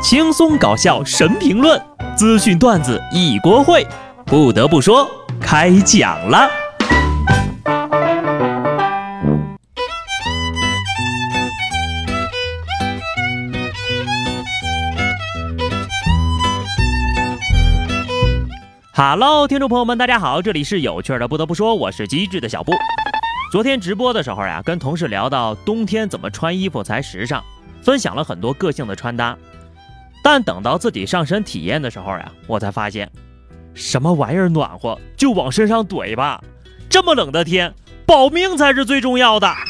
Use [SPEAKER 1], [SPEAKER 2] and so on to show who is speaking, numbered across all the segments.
[SPEAKER 1] 轻松搞笑神评论，资讯段子一锅烩。不得不说，开讲了。Hello， 听众朋友们，大家好，这里是有趣的。不得不说，我是机智的小布。昨天直播的时候呀，跟同事聊到冬天怎么穿衣服才时尚，分享了很多个性的穿搭。但等到自己上身体验的时候呀，我才发现，什么玩意儿暖和就往身上怼吧，这么冷的天，保命才是最重要的。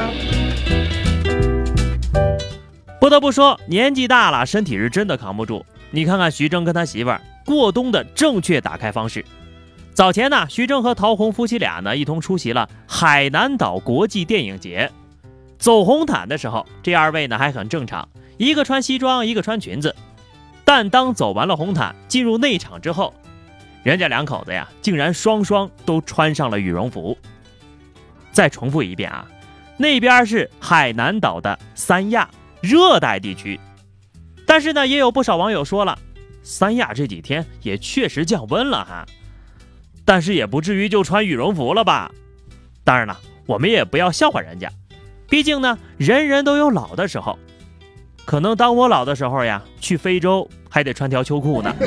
[SPEAKER 1] 不得不说，年纪大了，身体是真的扛不住。你看看徐峥跟他媳妇儿过冬的正确打开方式。早前呢，徐峥和陶虹夫妻俩呢一同出席了海南岛国际电影节。走红毯的时候，这二位呢还很正常，一个穿西装，一个穿裙子。但当走完了红毯，进入内场之后，人家两口子呀，竟然双双都穿上了羽绒服。再重复一遍啊，那边是海南岛的三亚热带地区。但是呢，也有不少网友说了，三亚这几天也确实降温了哈，但是也不至于就穿羽绒服了吧。当然了，我们也不要笑话人家，毕竟呢，人人都有老的时候。可能当我老的时候呀，去非洲还得穿条秋裤呢。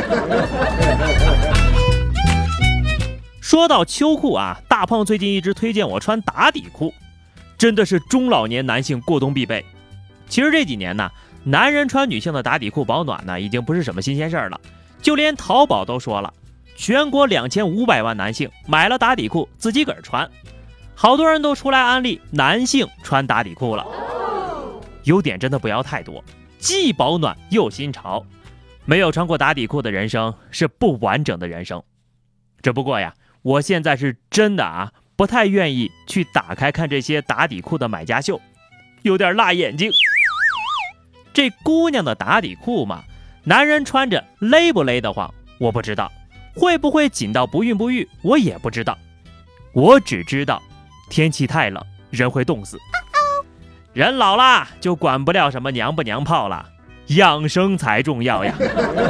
[SPEAKER 1] 说到秋裤啊，大胖最近一直推荐我穿打底裤，真的是中老年男性过冬必备。其实这几年呢，男人穿女性的打底裤保暖呢，已经不是什么新鲜事儿了。就连淘宝都说了，全国2500万男性买了打底裤自己个儿穿，好多人都出来安利男性穿打底裤了。优点真的不要太多，既保暖又新潮。没有穿过打底裤的人生是不完整的人生。只不过呀，我现在是真的不太愿意去打开看这些打底裤的买家秀，有点辣眼睛。这姑娘的打底裤嘛，男人穿着勒不勒得慌我不知道，会不会紧到不孕不育我也不知道，我只知道天气太冷，人会冻死。人老了就管不了什么娘不娘炮了，养生才重要呀。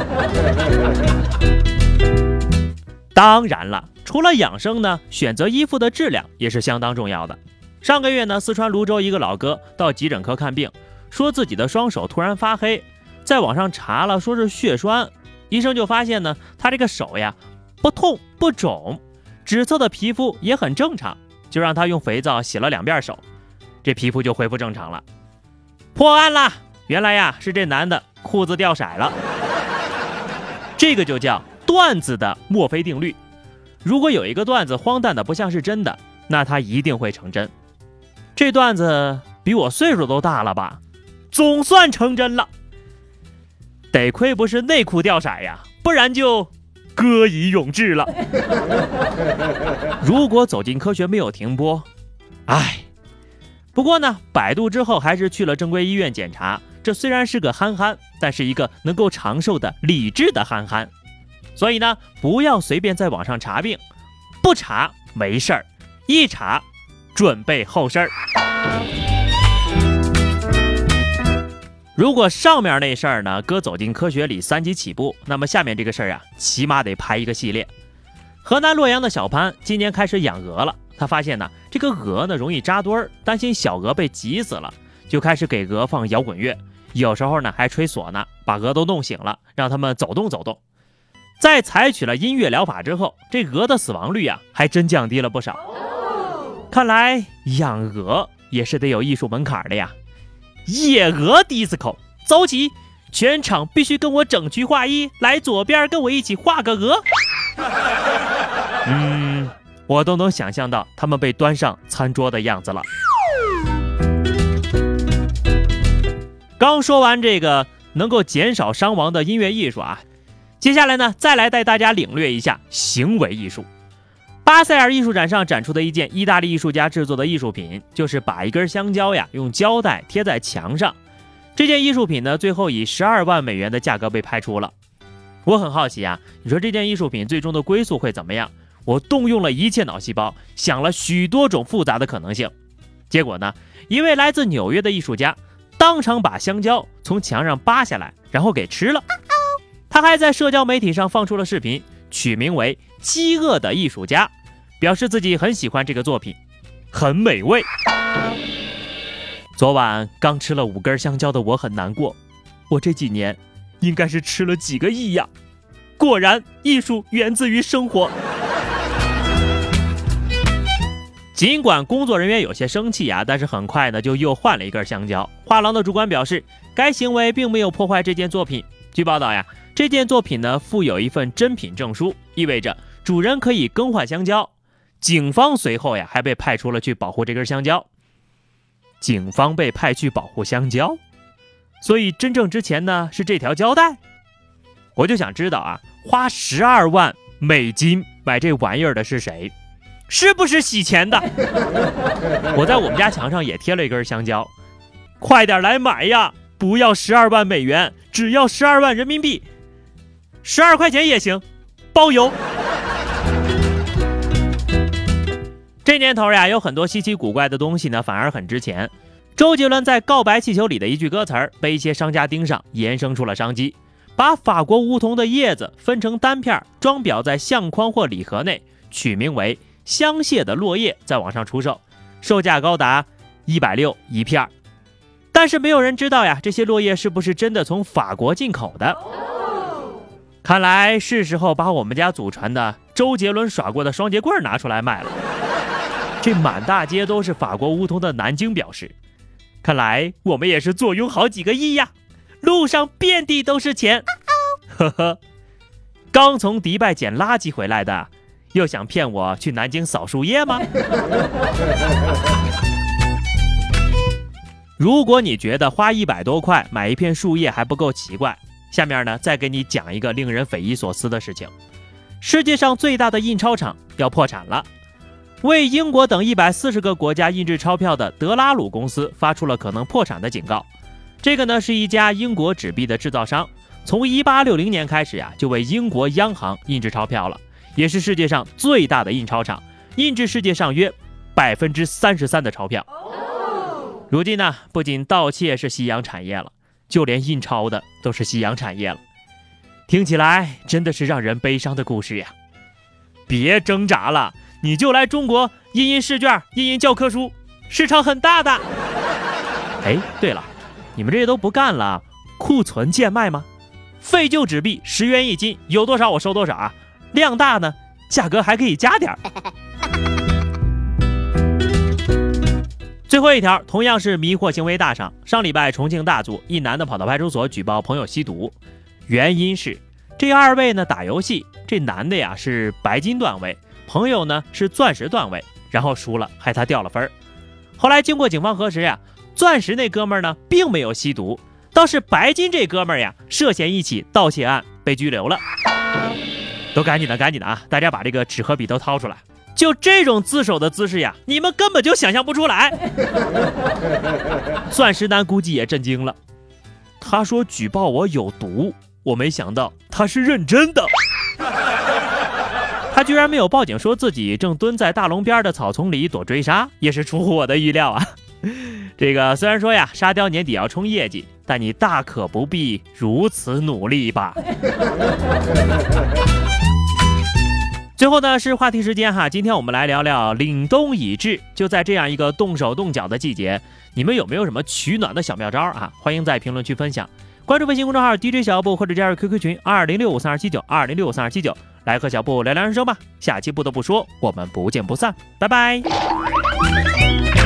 [SPEAKER 1] 当然了，除了养生呢，选择衣服的质量也是相当重要的。上个月呢，四川泸州一个老哥到急诊科看病，说自己的双手突然发黑，在网上查了说是血栓，医生就发现呢，他这个手呀不痛不肿，指侧的皮肤也很正常，就让他用肥皂洗了2遍手，这皮肤就恢复正常了。破案了，原来呀是这男的裤子掉色了。这个就叫段子的墨菲定律，如果有一个段子荒诞的不像是真的，那它一定会成真。这段子比我岁数都大了吧，总算成真了。得亏不是内裤掉色呀，不然就歌以咏志了。如果走进科学没有停播，不过呢，百度之后还是去了正规医院检查，这虽然是个憨憨，但是一个能够长寿的理智的憨憨。所以呢，不要随便在网上查病，不查没事儿，一查准备后事儿。如果上面那事儿呢，搁走进科学里3集起步，那么下面这个事儿起码得拍一个系列。河南洛阳的小潘今年开始养鹅了，他发现呢，这个鹅呢容易扎堆儿，担心小鹅被挤死了，就开始给鹅放摇滚乐，有时候呢还吹唢呐，把鹅都弄醒了，让他们走动走动。在采取了音乐疗法之后，这鹅的死亡率还真降低了不少。看来养鹅也是得有艺术门槛的呀。野鹅 disco 走起，全场必须跟我整齐划一，来左边跟我一起画个鹅。我都能想象到他们被端上餐桌的样子了。刚说完这个能够减少伤亡的音乐艺术接下来呢，再来带大家领略一下行为艺术。巴塞尔艺术展上展出的一件意大利艺术家制作的艺术品，就是把一根香蕉用胶带贴在墙上。这件艺术品呢，最后以12万美元的价格被拍出了。我很好奇你说这件艺术品最终的归宿会怎么样？我动用了一切脑细胞，想了许多种复杂的可能性。结果呢，一位来自纽约的艺术家当场把香蕉从墙上扒下来，然后给吃了。他还在社交媒体上放出了视频，取名为《饥饿的艺术家》，表示自己很喜欢这个作品，很美味。昨晚刚吃了5根香蕉的我很难过，我这几年应该是吃了几个亿呀！果然，艺术源自于生活。尽管工作人员有些生气但是很快呢就又换了一根香蕉。画廊的主管表示，该行为并没有破坏这件作品。据报道这件作品呢附有一份真品证书，意味着主人可以更换香蕉。警方随后还被派出了去保护这根香蕉。警方被派去保护香蕉，所以真正之前呢是这条胶带。我就想知道花12万美金买这玩意儿的是谁？是不是洗钱的？我在我们家墙上也贴了一根香蕉，快点来买呀！不要12万美元，只要12万人民币，12块钱也行，包邮。这年头有很多稀奇古怪的东西呢，反而很值钱。周杰伦在《告白气球》里的一句歌词儿被一些商家盯上，衍生出了商机，把法国梧桐的叶子分成单片，装裱在相框或礼盒内，取名为香榭的落叶，在网上出售，售价高达160一片。但是没有人知道这些落叶是不是真的从法国进口的。看来是时候把我们家祖传的周杰伦耍过的双节棍拿出来卖了。这满大街都是法国梧桐的南京表示，看来我们也是坐拥好几个亿呀，路上遍地都是钱。呵呵，刚从迪拜捡垃圾回来的，又想骗我去南京扫树叶吗？如果你觉得花100多块买一片树叶还不够奇怪，下面呢再给你讲一个令人匪夷所思的事情。世界上最大的印钞厂要破产了。为英国等140个国家印制钞票的德拉鲁公司发出了可能破产的警告。这个呢是一家英国纸币的制造商，从1860年开始就为英国央行印制钞票了，也是世界上最大的印钞厂，印制世界上约33%的钞票。如今呢，不仅盗窃是夕阳产业了，就连印钞的都是夕阳产业了。听起来真的是让人悲伤的故事呀！别挣扎了，你就来中国印印试卷，印印教科书，市场很大的。对了，你们这些都不干了，库存贱卖吗？废旧纸币10元一斤，有多少我收多少量大呢，价格还可以加点。最后一条同样是迷惑行为大赏。上礼拜重庆大组一男的跑到派出所举报朋友吸毒，原因是这2位呢打游戏，这男的是白金段位，朋友呢是钻石段位，然后输了，害他掉了分。后来经过警方核实钻石那哥们呢并没有吸毒，倒是白金这哥们涉嫌一起盗窃案被拘留了。都赶紧的大家把这个纸和笔都掏出来。就这种自首的姿势你们根本就想象不出来。钻石男估计也震惊了，他说举报我有毒，我没想到他是认真的。他居然没有报警，说自己正蹲在大龙边的草丛里躲追杀，也是出乎我的预料这个虽然说沙雕年底要冲业绩，但你大可不必如此努力吧。最后呢是话题时间今天我们来聊聊凛冬已至。就在这样一个动手动脚的季节，你们有没有什么取暖的小妙招欢迎在评论区分享。关注微信公众号 DJ 小布，或者加入 QQ 群20653279 20653279，来和小布聊聊人生吧。下期不得不说，我们不见不散，拜拜。